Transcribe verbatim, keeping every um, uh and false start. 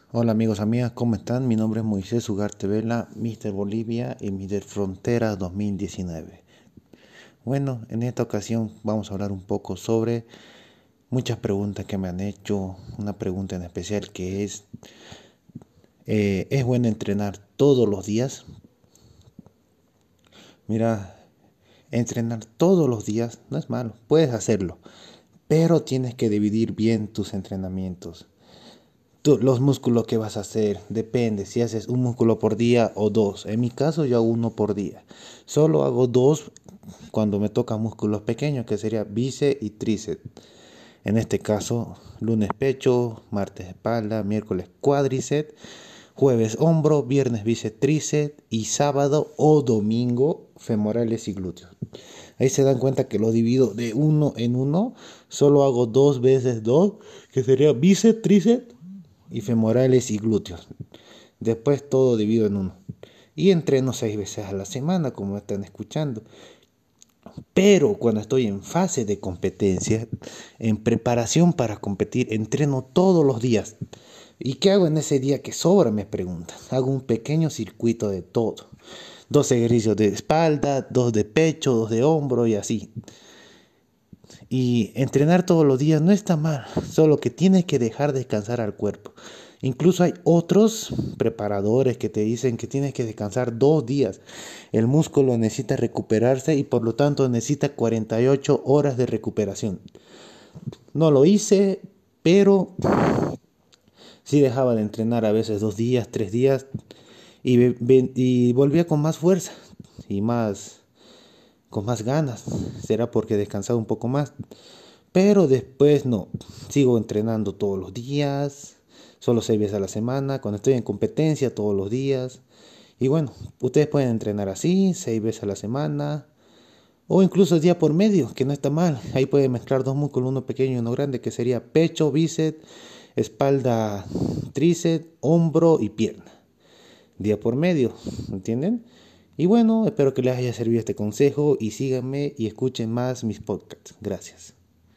Hola amigos, amigas, ¿cómo están? Mi nombre es Moisés Ugarte Vela, míster Bolivia y míster Frontera dos mil diecinueve. Bueno, en esta ocasión vamos a hablar un poco sobre muchas preguntas que me han hecho. Una pregunta en especial que es, eh, ¿es bueno entrenar todos los días? Mira, entrenar todos los días no es malo, puedes hacerlo, pero tienes que dividir bien tus entrenamientos. Tú- los músculos que vas a hacer, depende si haces un músculo por día o dos. En mi caso yo hago uno por día. Solo hago dos cuando me tocan músculos pequeños, que sería bíceps y tríceps. En este caso, lunes pecho, martes espalda, miércoles cuádriceps, jueves hombro, viernes bíceps tríceps y sábado o domingo femorales y glúteos. Ahí se dan cuenta que lo divido de uno en uno. Solo hago dos veces dos, que sería bíceps, tríceps y femorales y glúteos. Después todo divido en uno. Y entreno seis veces a la semana, como están escuchando. Pero cuando estoy en fase de competencia, en preparación para competir, entreno todos los días. ¿Y qué hago en ese día que sobra? Me preguntan. Hago un pequeño circuito de todo. Dos ejercicios de espalda, dos de pecho, dos de hombro y así. Y entrenar todos los días no está mal, solo que tienes que dejar descansar al cuerpo. Incluso hay otros preparadores que te dicen que tienes que descansar dos días. El músculo necesita recuperarse y por lo tanto necesita cuarenta y ocho horas de recuperación. No lo hice, pero sí dejaba de entrenar a veces dos días, tres días y, y volvía con más fuerza y más, con más ganas. Será porque descansaba un poco más. Pero después no, sigo entrenando todos los días, solo seis veces a la semana, cuando estoy en competencia todos los días. Y bueno, ustedes pueden entrenar así, seis veces a la semana, o incluso día por medio, que no está mal. Ahí pueden mezclar dos músculos, uno pequeño y uno grande, que sería pecho, bíceps, espalda, tríceps, hombro y pierna. Día por medio, ¿entienden? Y bueno, espero que les haya servido este consejo y síganme y escuchen más mis podcasts. Gracias.